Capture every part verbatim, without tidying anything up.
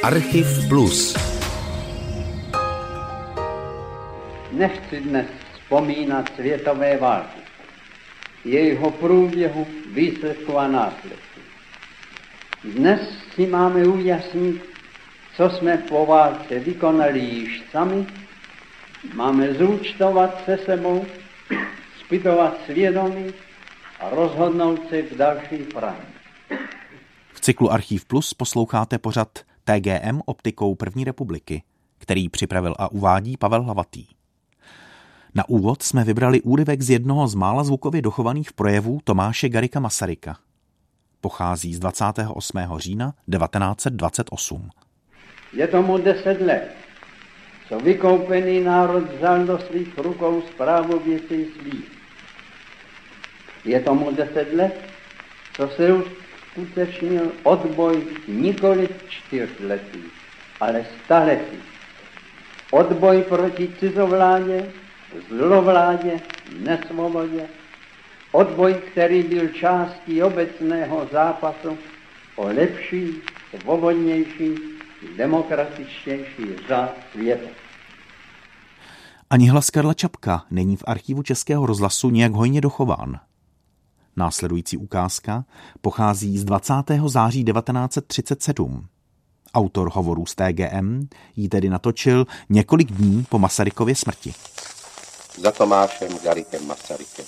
Archiv Plus. Nechci dnes vzpomínat světové války, jejího průběhu, výsledku a následku. Dnes si máme ujasnit, co jsme po válce vykonali již sami, máme zúčtovat se sebou, zpytovat svědomí a rozhodnout se v další práci. V cyklu Archiv Plus posloucháte pořad T G M optikou první republiky, který připravil a uvádí Pavel Hlavatý. Na úvod jsme vybrali úryvek z jednoho z mála zvukově dochovaných projevů Tomáše Garrigua Masaryka. Pochází z dvacátého osmého října devatenáct set dvacet osm. Je tomu deset let, co vykoupený národ vzal do svých rukou správu věcí svých. Je tomu deset let, co se uskutečnil odboj nikoli čtyřletý, ale staletý. Odboj proti cizovládě, zlovládě, nesvobodě. Odboj, který byl částí obecného zápasu o lepší, svobodnější, demokratičtější řád světa. Ani hlas Karla Čapka není v archivu Českého rozhlasu nějak hojně dochován. Následující ukázka pochází z dvacátého září devatenáct set třicet sedm. Autor hovorů z T G M ji tedy natočil několik dní po Masarykově smrti. Za Tomášem Garriguem Masarykem.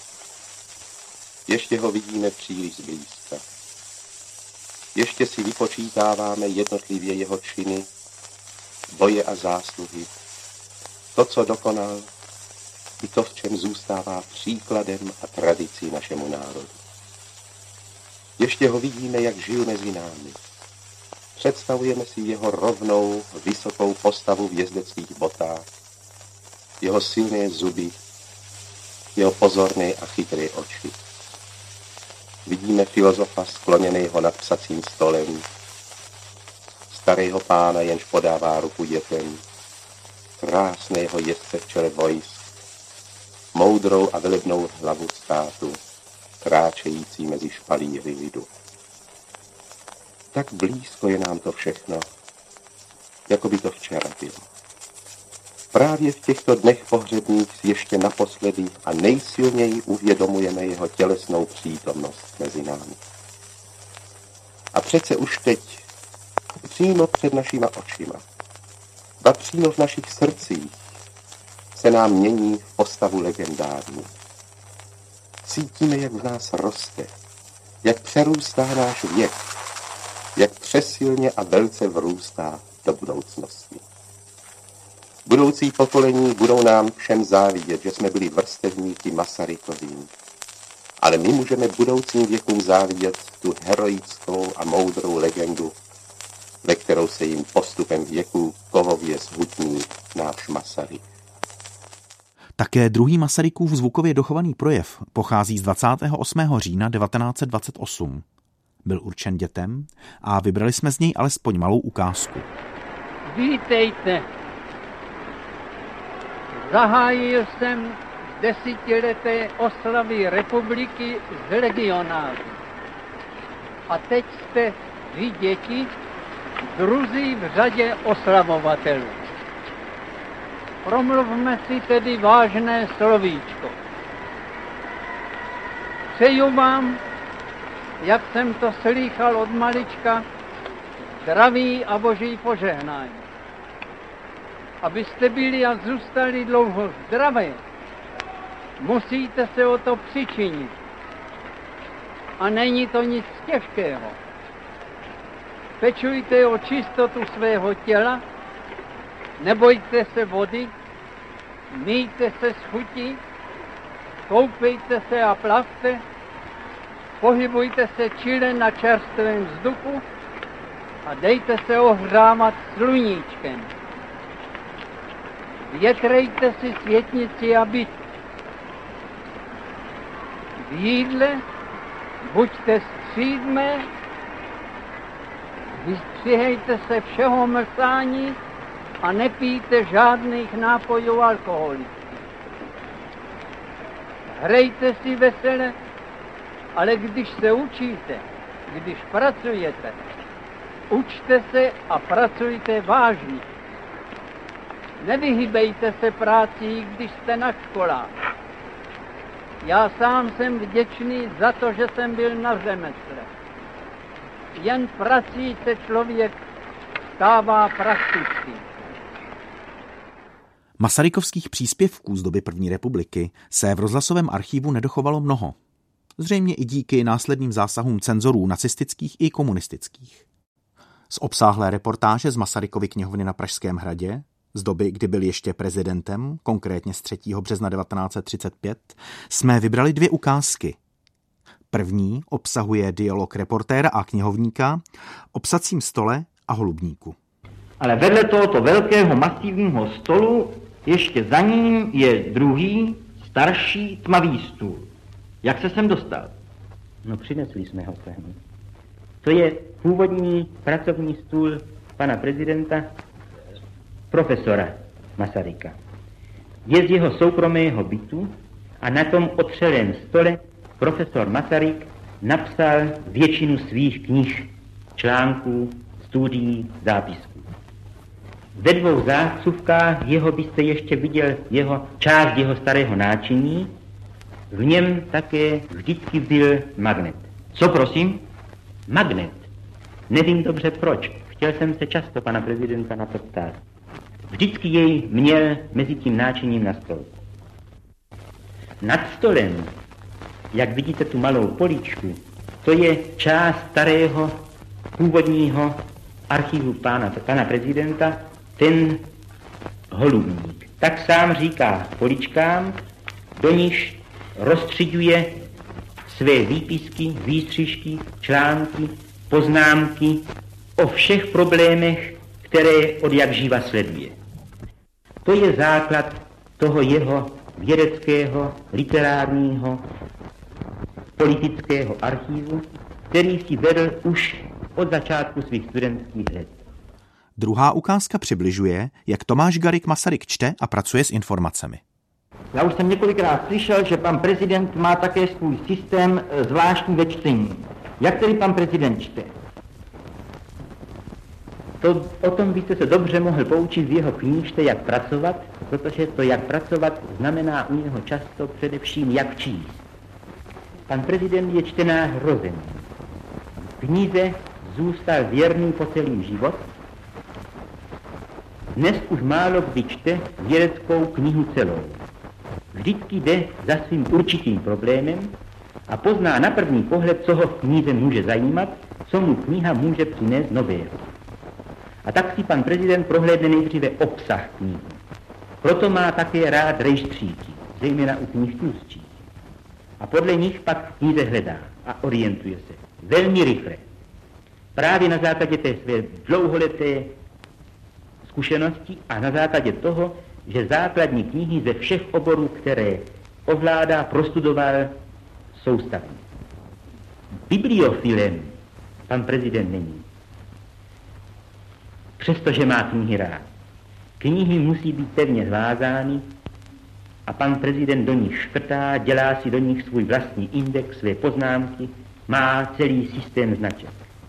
Ještě ho vidíme příliš zblízka. Ještě si vypočítáváme jednotlivě jeho činy, boje a zásluhy, to, co dokonal, i to, v čem zůstává příkladem a tradicí našemu národu. Ještě ho vidíme, jak žil mezi námi. Představujeme si jeho rovnou, vysokou postavu v jezdeckých botách, jeho silné zuby, jeho pozorné a chytré oči. Vidíme filozofa skloněného nad psacím stolem, starého pána, jenž podává ruku dětem, krásného jezdce v čele vojsk, moudrou a velebnou hlavu státu, kráčející mezi špalíry lidu. Tak blízko je nám to všechno, jako by to včera bylo. Právě v těchto dnech pohřebných si ještě naposledy a nejsilněji uvědomujeme jeho tělesnou přítomnost mezi námi. A přece už teď, přímo před našima očima, ba přímo v našich srdcích, se nám mění v postavu legendární. Cítíme, jak v nás roste, jak přerůstá náš věk, jak přesilně a velce vrůstá do budoucnosti. Budoucí pokolení budou nám všem závidět, že jsme byli vrstevníky Masarykovým. Ale my můžeme budoucím věkům závidět tu heroickou a moudrou legendu, ve kterou se jim postupem věku kovově zhutní náš Masaryk. Také druhý Masarykův zvukově dochovaný projev pochází z dvacátého osmého října devatenáct set dvacet osm. Byl určen dětem a vybrali jsme z něj alespoň malou ukázku. Vítejte. Zahájil jsem desetileté oslavy republiky z legionářů. A teď jste vy, děti, druzí v řadě oslavovatelů. Promluvme si tedy vážné slovíčko. Přeju vám, jak jsem to slýchal od malička, zdraví a boží požehnání. Abyste byli a zůstali dlouho zdravé, musíte se o to přičinit. A není to nic těžkého. Pečujte o čistotu svého těla, nebojte se vody, myjte se z chutí, koupejte se a plavte, pohybujte se čile na čerstvém vzduchu a dejte se ohřávat sluníčkem. Větrejte si světnici a byt. V jídle buďte střídmé, vystřihejte se všeho mlsání a nepijte žádných nápojů alkoholických. Hrejte si vesele, ale když se učíte, když pracujete, Učte se a pracujte vážně. Nevyhýbejte se práci, když jste na školách. Já sám jsem vděčný za to, že jsem byl na řemesle. Jen prací se člověk stává praktický. Masarykovských příspěvků z doby první republiky se v rozhlasovém archivu nedochovalo mnoho. Zřejmě i díky následným zásahům cenzorů nacistických i komunistických. Z obsáhlé reportáže z Masarykovy knihovny na Pražském hradě, z doby, kdy byl ještě prezidentem, konkrétně z třetího března devatenáct set třicet pět, jsme vybrali dvě ukázky. První obsahuje dialog reportéra a knihovníka o psacím stole a holubníku. Ale vedle tohoto velkého masivního stolu ještě za ním je druhý, starší, tmavý stůl. Jak se sem dostal? No, přinesli jsme ho sem. To je původní pracovní stůl pana prezidenta, profesora Masaryka. Je z jeho soukromého bytu a na tom otřelém stole profesor Masaryk napsal většinu svých knih, článků, studií, zápisků. Ve dvou zásuvkách jeho byste ještě viděl jeho část jeho starého náčiní, v něm také vždycky byl magnet. Co prosím? Magnet. Nevím dobře proč. Chtěl jsem se často pana prezidenta na to ptát. Vždycky jej měl mezi tím náčiním na stole. Nad stolem, jak vidíte tu malou poličku, to je část starého původního archivu pána, pana prezidenta, ten holubník. Tak sám říká poličkám, do níž rozstřiďuje své výpisky, výstřižky, články, poznámky o všech problémech, které od jak živa sleduje. To je základ toho jeho vědeckého, literárního, politického archivu, který si vedl už od začátku svých studentských let. Druhá ukázka přibližuje, jak Tomáš Garrigue Masaryk čte a pracuje s informacemi. Já už jsem několikrát slyšel, že pan prezident má také svůj systém zvláštní ve čtení. Jak tedy pan prezident čte? To, o tom byste se dobře mohl poučit v jeho knížce Jak pracovat, protože to jak pracovat znamená u něho často především jak číst. Pan prezident je čtenář rozený. V knize zůstal věrný po celý život. Dnes už málo kdy čte vědeckou knihu celou. Vždycky jde za svým určitým problémem a pozná na první pohled, co ho v knize může zajímat, co mu kniha může přinést nového. A tak si pan prezident prohlédne nejdříve obsah knihy. Proto má také rád rejstříky, zejména u knih tlustších. A podle nich pak v knize hledá a orientuje se velmi rychle. Právě na základě té své dlouholeté zkušenosti a na základě toho, že základní knihy ze všech oborů, které ovládá, prostudoval soustavně. Bibliofilem pan prezident není. Přestože má knihy rád. Knihy musí být pevně zvázány a pan prezident do nich škrtá, dělá si do nich svůj vlastní index, své poznámky, má celý systém značek.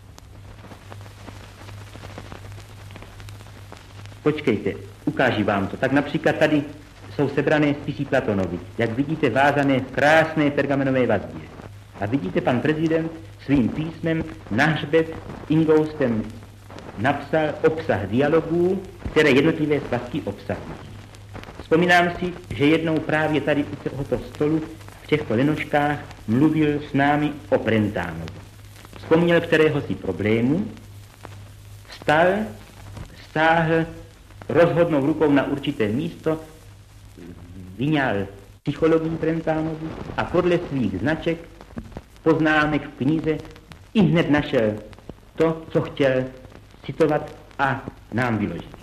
Počkejte, ukážu vám to. Tak například tady jsou sebrané spisy Platonovi, jak vidíte vázané v krásné pergamenové vazbě. A vidíte, pan prezident svým písmem na hřbet ingoustem napsal obsah dialogů, které jednotlivé svazky obsahují. Vzpomínám si, že jednou právě tady u tohoto stolu v těchto lenoškách mluvil s námi o Brentánovi. Vzpomněl kterého si problému, vstal, stáhl rozhodnou rukou na určité místo, vyňal psychologii Brentánovi a podle svých značek, poznámek v knize i hned našel to, co chtěl citovat a nám vyložit.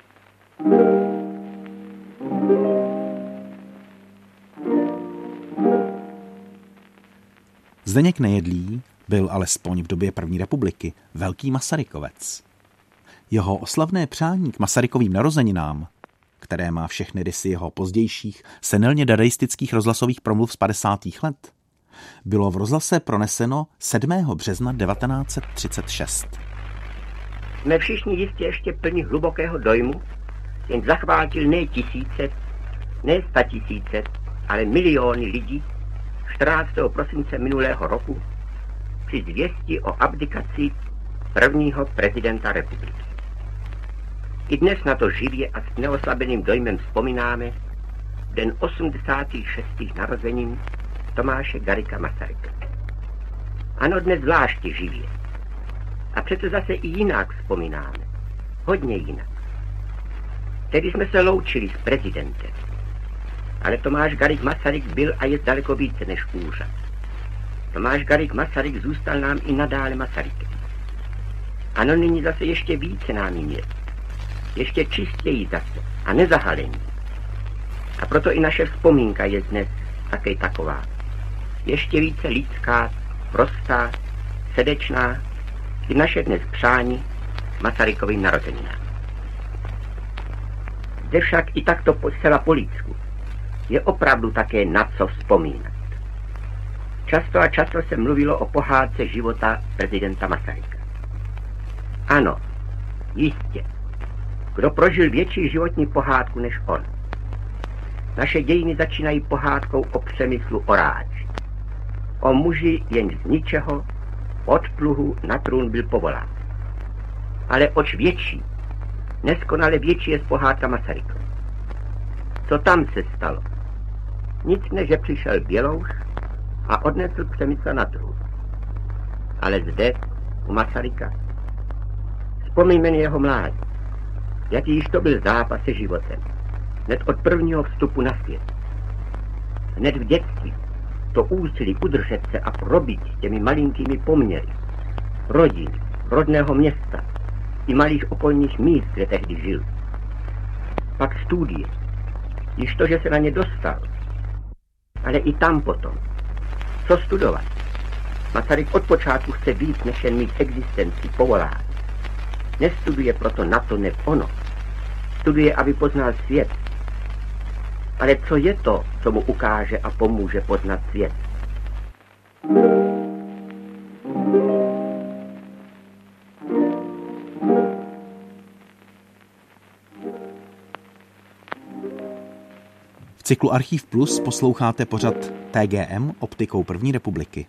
Zdeněk Nejedlý byl alespoň v době první republiky velký Masarykovec. Jeho oslavné přání k Masarykovým narozeninám, které má všechny rysy jeho pozdějších senilně dadaistických rozhlasových promluv z padesátých let, bylo v rozhlase proneseno sedmého března devatenáct set třicet šest. jsme všichni jistě ještě plní hlubokého dojmu, jen zachvátil ne tisíce, ne statisíce, ale miliony lidí čtrnáctého prosince minulého roku při zvěsti o abdikaci prvního prezidenta republiky. I dnes na to živě a s neoslabeným dojmem vzpomínáme den osmdesátých šestých narozenin Tomáše Garrigua Masaryka. Ano, dnes zvláště živě. A přece zase i jinak vzpomínáme. Hodně jinak. Tedy jsme se loučili s prezidentem. Ale Tomáš Garrigue Masaryk byl a je daleko více než úřad. Tomáš Garrigue Masaryk zůstal nám i nadále Masarykem. Ano, nyní zase ještě více nám jim je. Ještě čistěji zase a nezahalení. A proto i naše vzpomínka je dnes také taková. Ještě více lidská, prostá, srdečná, i naše dnes přání Masarykovým narozeninám. Zde však i takto zcela po lidsku je opravdu také na co vzpomínat. Často a často se mluvilo o pohádce života prezidenta Masaryka. Ano, jistě. Kdo prožil větší životní pohádku než on? Naše dějiny začínají pohádkou o Přemyslu Oráči. O muži, jenž z ničeho od pluhu na trůn byl povolán. Ale oč větší, neskonale větší je z pohádka Masarykova. Co tam se stalo? Nic než že přišel Bělouš a odnesl Přemysla na trůn. Ale zde, u Masaryka, vzpomínme jeho mládí. Jaký již to byl zápas se životem. Hned od prvního vstupu na svět. Hned v dětství to úsilí udržet se a probít těmi malinkými poměry. Rodin, rodného města i malých okolních míst, kde tehdy žil. Pak studie. Již to, že se na ně dostal. Ale i tam potom. Co studovat? Masaryk od počátku chce víc, než jen mít existenci, povolání. Nestuduje proto na to, neb ono. Studuje, aby poznal svět. Ale co je to, co mu ukáže a pomůže poznat svět? V cyklu Archív Plus posloucháte pořad T G M optikou první republiky.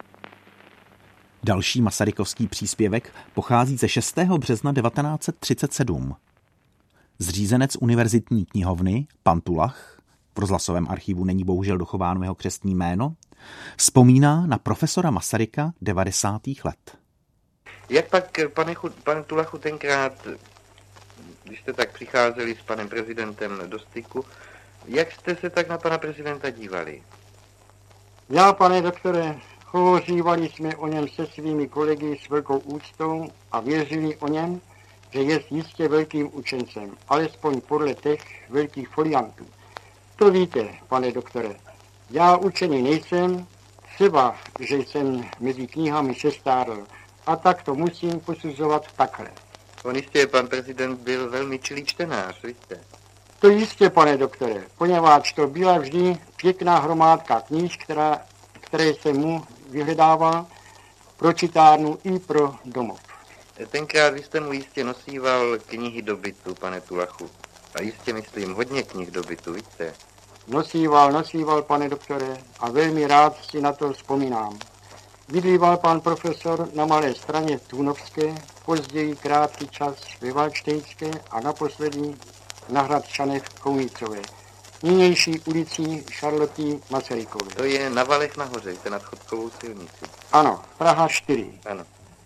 Další masarykovský příspěvek pochází ze šestého března devatenáct set třicet sedm. Zřízenec univerzitní knihovny, pan Tulach, v rozhlasovém archivu není bohužel dochováno jeho křestní jméno, vzpomíná na profesora Masaryka devadesátých let. Jak pak, pane, pane Tulachu, tenkrát, když jste tak přicházeli s panem prezidentem do styku, jak jste se tak na pana prezidenta dívali? Já, pane doktore, hovořívali jsme o něm se svými kolegy s velkou úctou a věřili o něm, že je jistě velkým učencem, alespoň podle těch velkých foliantů. To víte, pane doktore, já učený nejsem, třeba, že jsem mezi knihami sestárl, a tak to musím posuzovat takhle. On jistě, pan prezident, byl velmi čilý čtenář, víte? To jistě, pane doktore, poněvadž to byla vždy pěkná hromádka kníž, která, které jsem mu vyhledával pro čitárnu i pro domov. Tenkrát vy jste mu jistě nosíval knihy do bytu, pane Tulachu. A jistě myslím hodně knih do bytu, víte? Nosíval, nosíval, pane doktore, a velmi rád si na to vzpomínám. Bydlíval pan profesor na Malé Straně v Tůnovské, později krátký čas ve Valštejnské a naposledy na Hradčanech v Koumícové, nynější ulicí Šarloty Masarykové. To je na Valech nahoře, jste nad Chodkovou silnici. Ano, Praha čtyři. Ano.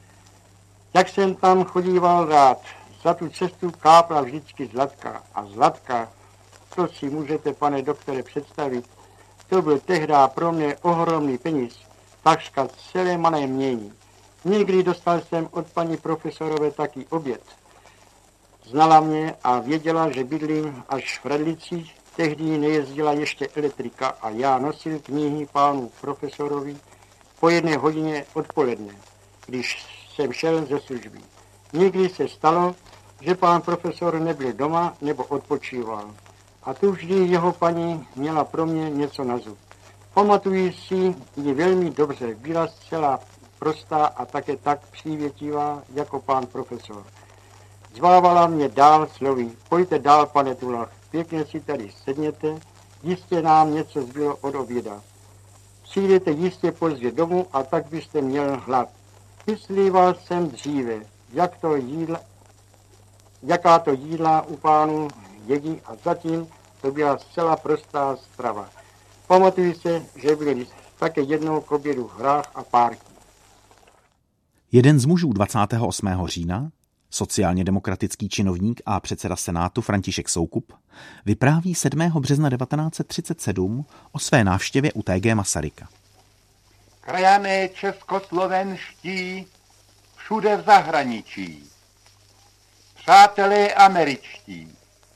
Jak jsem tam chodíval rád, za tu cestu kápla vždycky zlatka. A zlatka, to si můžete, pane doktore, představit, to byl tehdy pro mě ohromný peníz, takřka celé malé mění. Někdy dostal jsem od paní profesorové taky oběd. Znala mě a věděla, že bydlím až v Radlicích, tehdy nejezdila ještě elektrika a já nosil knihy pánu profesorovi po jedné hodině odpoledne, když jsem šel ze služby. Někdy se stalo, že pán profesor nebyl doma nebo odpočíval. A tu vždy jeho paní měla pro mě něco na zub. Pamatuji si ji velmi dobře, byla zcela prostá a také tak přívětivá jako pán profesor. Zvávala mě dál slovy, pojďte dál, pane Tulach, pěkně si tady sedněte, jistě nám něco zbylo od oběda. Přijdete jistě pozdě domů a tak byste měl hlad. Myslíval jsem dříve, jak to jídla, jaká to jídla u pánů jedí a zatím to byla zcela prostá strava. Pamatuju se, že byli také jednou k obědu hrách a párky. Jeden z mužů dvacátého osmého října, sociálně demokratický činovník a předseda Senátu František Soukup, vypráví sedmého března devatenáct set třicet sedm o své návštěvě u T G Masaryka. Krajané českoslovenští, všude v zahraničí, přátelé američtí,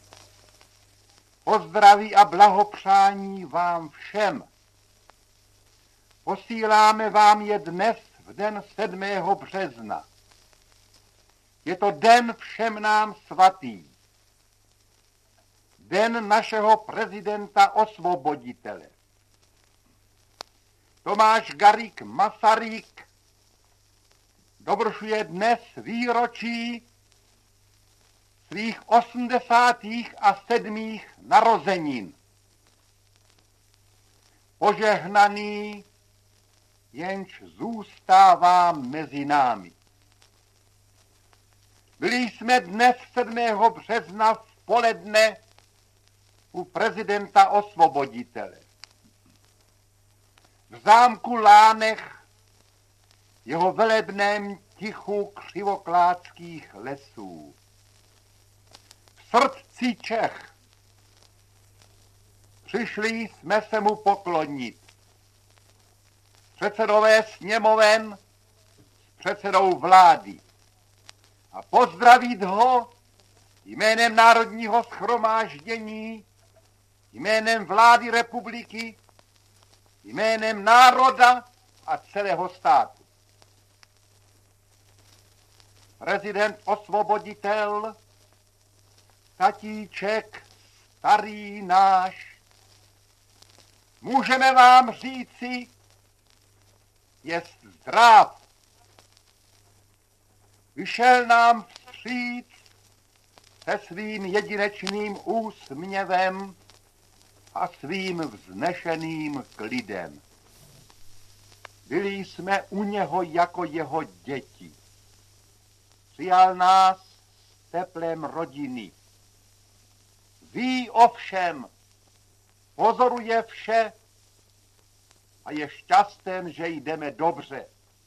pozdraví a blahopřání vám všem. Posíláme vám je dnes v den sedmého března. Je to den všem nám svatý. Den našeho prezidenta osvoboditele. Tomáš Garrigue Masaryk dovršuje dnes výročí svých osmdesátých a sedmých narozenin. Požehnaný, jenž zůstává mezi námi. Byli jsme dnes sedmého března v poledne u prezidenta osvoboditele. V zámku Lánech, jeho velebném tichu křivoklátských lesů. V srdci Čech přišli jsme se mu poklonit. Předsedové sněmoven s předsedou vlády a pozdravit ho jménem Národního shromáždění, jménem vlády republiky, jménem národa a celého státu. Prezident osvoboditel, tatíček starý náš, můžeme vám říci, jest zdrav. Vyšel nám vstříc se svým jedinečným úsměvem a svým vznešeným klidem. Byli jsme u něho jako jeho děti. Přijal nás s teplem rodiny. Ví o všem, pozoruje vše a je šťasten, že jdeme dobře.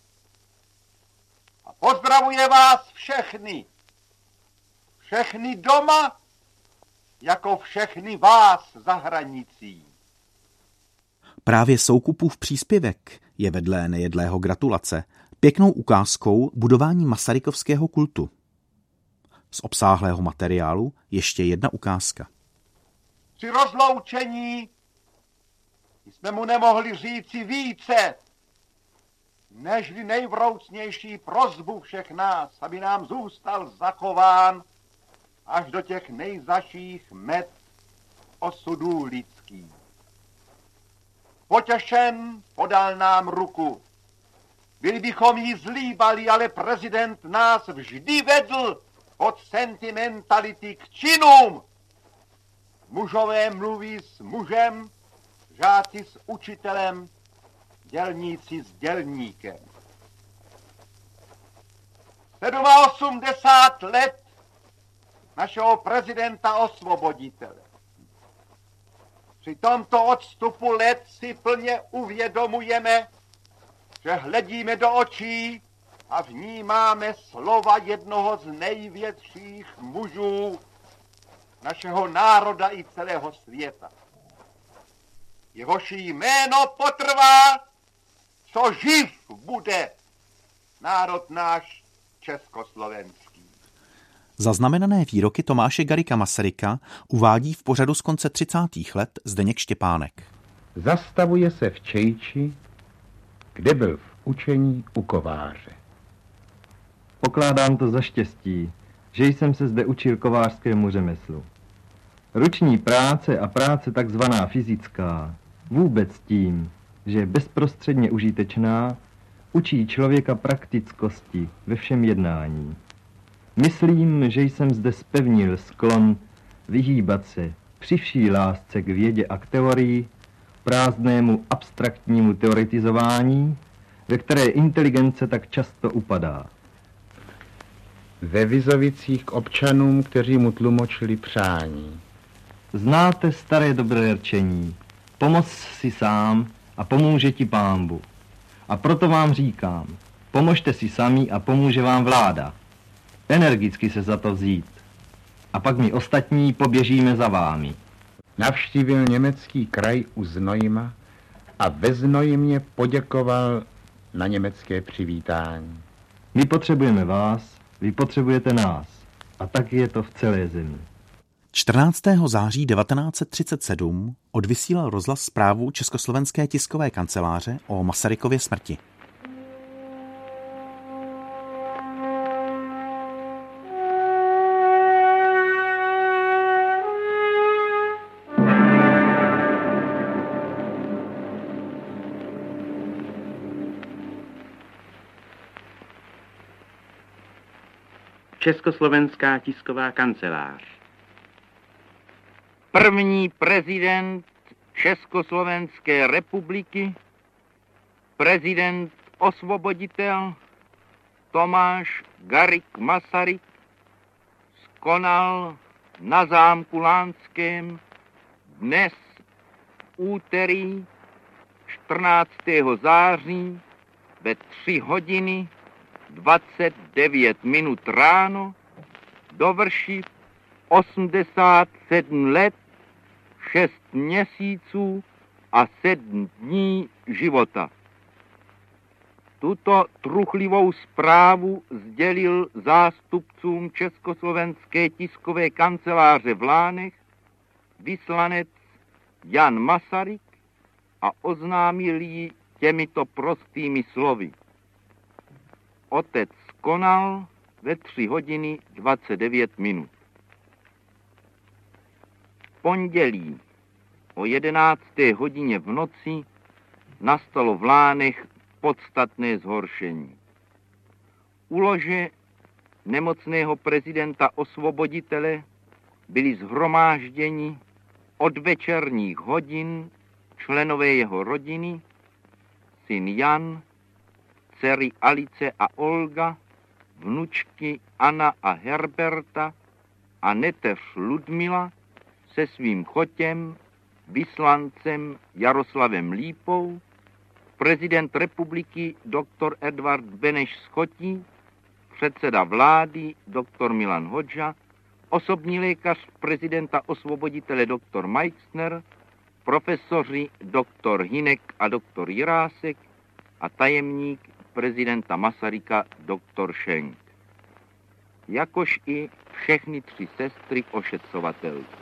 A pozdravuje vás všechny. Všechny doma, jako všechny vás za hranicí. Právě Soukupův příspěvek je vedle nejedlého gratulace pěknou ukázkou budování masarykovského kultu. Z obsáhlého materiálu ještě jedna ukázka. Při rozloučení jsme mu nemohli říci více, nežli nejvroucnější prosbu všech nás, aby nám zůstal zachován až do těch nejzaších met osudů lidských. Potěšen podal nám ruku. Byli bychom jí zlíbali, ale prezident nás vždy vedl od sentimentality k činům. Mužové mluví s mužem, žáci s učitelem, dělníci s dělníkem. osmdesát sedm let našeho prezidenta osvoboditele. Při tomto odstupu let si plně uvědomujeme, že hledíme do očí a vnímáme slova jednoho z největších mužů našeho národa i celého světa. Jehož jméno potrvá, co živ bude národ náš československý. Zaznamenané výroky Tomáše Garrigua Masaryka uvádí v pořadu z konce třicátých let Zdeněk Štěpánek. Zastavuje se v Čejči, kde byl v učení u kováře. Pokládám to za štěstí, že jsem se zde učil kovářskému řemeslu. Ruční práce a práce takzvaná fyzická, vůbec tím, že je bezprostředně užitečná, učí člověka praktickosti ve všem jednání. Myslím, že jsem zde spevnil sklon vyhýbat se při vší lásce k vědě a k teorii, prázdnému abstraktnímu teoretizování, ve které inteligence tak často upadá. Ve Vizovicích k občanům, kteří mu tlumočili přání. Znáte staré dobré rčení, pomoz si sám a pomůže ti Pán Bůh. A proto vám říkám, pomožte si sami a pomůže vám vláda. Energicky se za to vzít. A pak my ostatní poběžíme za vámi. Navštívil německý kraj u Znojma a ve Znojmě poděkoval na německé přivítání. My potřebujeme vás, vy potřebujete nás. A tak je to v celé zemi. čtrnáctého září devatenáct set třicet sedm odvysílal rozhlas zprávu Československé tiskové kanceláře o Masarykově smrti. Československá tisková kancelář. První prezident Československé republiky, prezident osvoboditel Tomáš Garrigue Masaryk skonal na zámku Lánském dnes úterý čtrnáctého září ve tři hodiny dvacet devět minut ráno, dovršit osmdesát sedm let, šest měsíců a sedm dní života. Tuto truchlivou zprávu sdělil zástupcům Československé tiskové kanceláře v Lánech vyslanec Jan Masaryk a oznámil ji těmito prostými slovy. Otec skonal ve tři hodiny dvacet devět minut. Pondělí o jedenácté hodině v noci nastalo v Lánech podstatné zhoršení. U lože nemocného prezidenta osvoboditele byli shromážděni od večerních hodin členové jeho rodiny, syn Jan, dcery Alice a Olga, vnučky Anna a Herberta a neteř Ludmila se svým chotěm, vyslancem Jaroslavem Lípou, prezident republiky doktor Edvard Beneš z Chotí, předseda vlády doktor Milan Hodža, osobní lékař prezidenta osvoboditele doktor Meixner, profesoři doktor Hinek a doktor Jirásek a tajemník prezidenta Masaryka doktor Schenk, jakož i všechny tři sestry ošetřovatelky.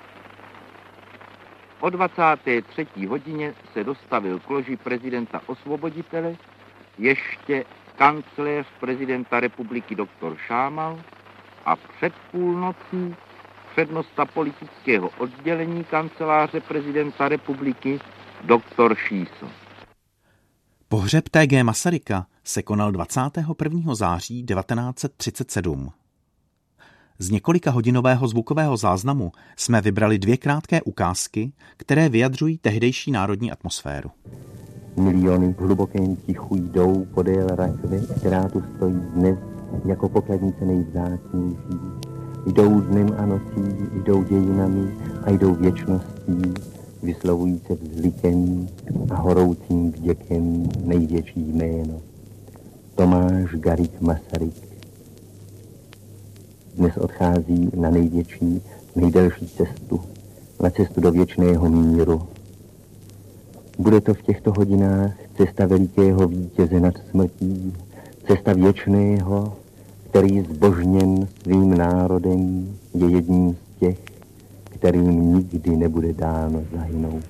O dvacáté třetí hodině se dostavil k loži prezidenta osvoboditele ještě kancléř prezidenta republiky doktor Šámal a před půlnocí přednosta politického oddělení kanceláře prezidenta republiky doktor Šíso. Pohřeb T G Masaryka se konal dvacátého prvního září devatenáct set třicet sedm. Z několika hodinového zvukového záznamu jsme vybrali dvě krátké ukázky, které vyjadřují tehdejší národní atmosféru. Miliony v hlubokém tichu jdou podél rakve, která tu stojí dnes jako pokladnice nejvzácnější. Jdou dnem a nocí, jdou dějinami a jdou věčností, vyslovují se vzlikem a horoucím vděkem největší jméno. Tomáš Garrigue Masaryk. Dnes odchází na největší, nejdelší cestu, na cestu do věčného míru. Bude to v těchto hodinách cesta velikého vítěze nad smrtí, cesta věčného, který zbožněn svým národem je jedním z těch, kterým nikdy nebude dáno zahynout.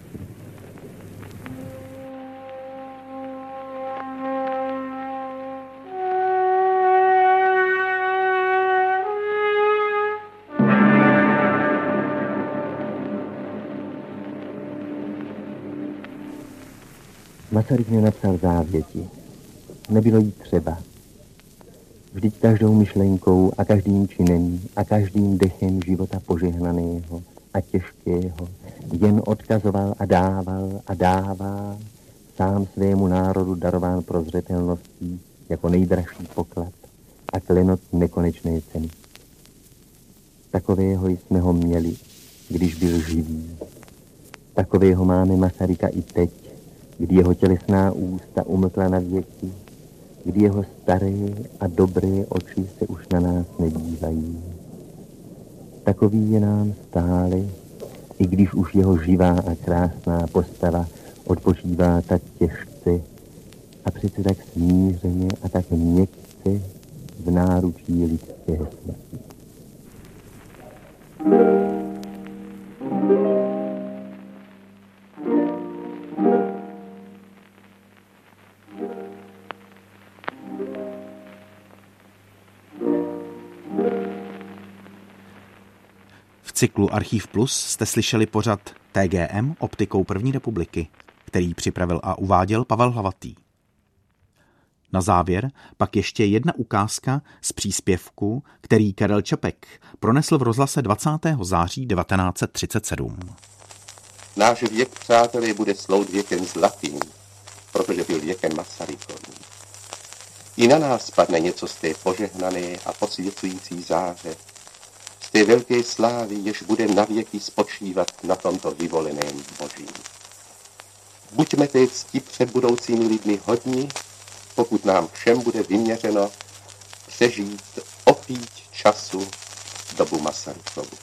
Masaryk mě napsal závěti. Nebylo jí třeba. Vždyť každou myšlenkou a každým činem a každým dechem života požehnaného a těžkého jen odkazoval a dával a dává, sám svému národu darován prozřetelností jako nejdražší poklad a klenot nekonečné ceny. Takového jsme ho měli, když byl živý. Takového máme Masaryka i teď, kdy jeho tělesná ústa umlkla na věky, kdy jeho staré a dobré oči se už na nás nedívají. Takový je nám stále, i když už jeho živá a krásná postava odpočívá tak těžce a přece tak smířeně a tak měkce v náručí lidské smrti. V cyklu Archív Plus jste slyšeli pořad T G M optikou první republiky, který připravil a uváděl Pavel Hlavatý. Na závěr pak ještě jedna ukázka z příspěvku, který Karel Čapek pronesl v rozhlase dvacátého září devatenáct set třicet sedm. Náš věk, přátelé, bude slout věkem zlatým, protože byl věkem Masarykovým. I na nás padne něco z té požehnané a posvěcující záře, z té velké slávy, jež bude navěky spočívat na tomto vyvoleném Božím. Buďme té cti před budoucími lidmi hodni, pokud nám všem bude vyměřeno přežít opít času dobu Masarykovu.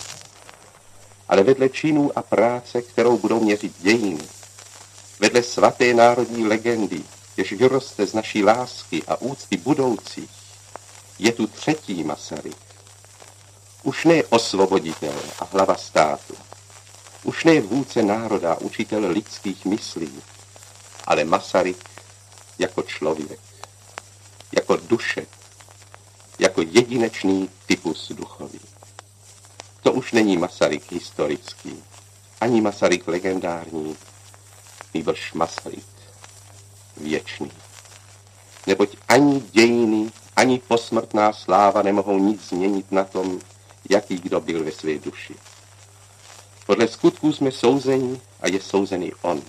Ale vedle činů a práce, kterou budou měřit dějiny, vedle svaté národní legendy, jež vyroste z naší lásky a úcty budoucích, je tu třetí Masaryk. Už ne osvoboditel a hlava státu, už ne vůdce národa, učitel lidských myslí, ale Masaryk jako člověk, jako duše, jako jedinečný typus duchový. To už není Masaryk historický, ani Masaryk legendární, nýbrž Masaryk věčný. Neboť ani dějiny, ani posmrtná sláva nemohou nic změnit na tom, jaký kdo byl ve své duši. Podle skutků jsme souzeni a je souzený on.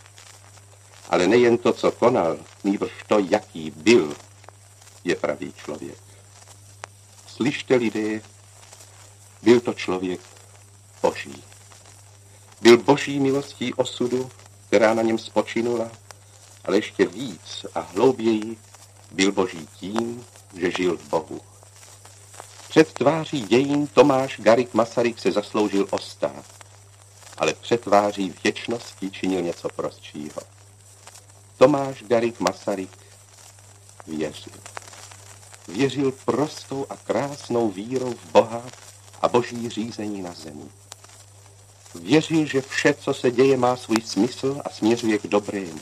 Ale nejen to, co konal, nýbrž to, jaký byl, je pravý člověk. Slyšte, lidé, byl to člověk Boží. Byl Boží milostí osudu, která na něm spočinula, ale ještě víc a hlouběji byl Boží tím, že žil v Bohu. Před tváří dějin Tomáš Garrigue Masaryk se zasloužil o stát, ale před tváří věčnosti činil něco prostšího. Tomáš Garrigue Masaryk věřil. Věřil prostou a krásnou vírou v Boha a Boží řízení na zemi. Věřil, že vše, co se děje, má svůj smysl a směřuje k dobrému.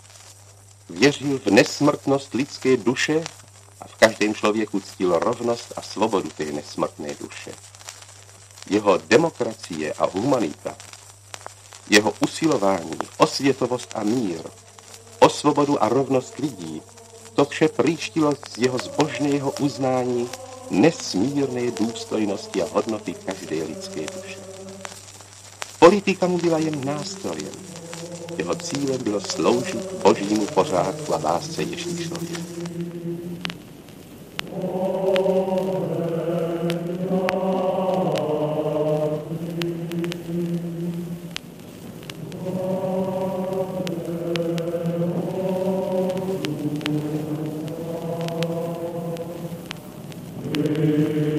Věřil v nesmrtnost lidské duše a v každém člověku ctil rovnost a svobodu té nesmrtné duše. Jeho demokracie a humanita, jeho usilování o světovost a mír, o svobodu a rovnost lidí, to vše příštilo z jeho zbožného uznání nesmírné důstojnosti a hodnoty každé lidské duše. Politika mu byla jen nástrojem. Jeho cílem bylo sloužit Božímu pořádku a lásce Ježíš člověka. Amen.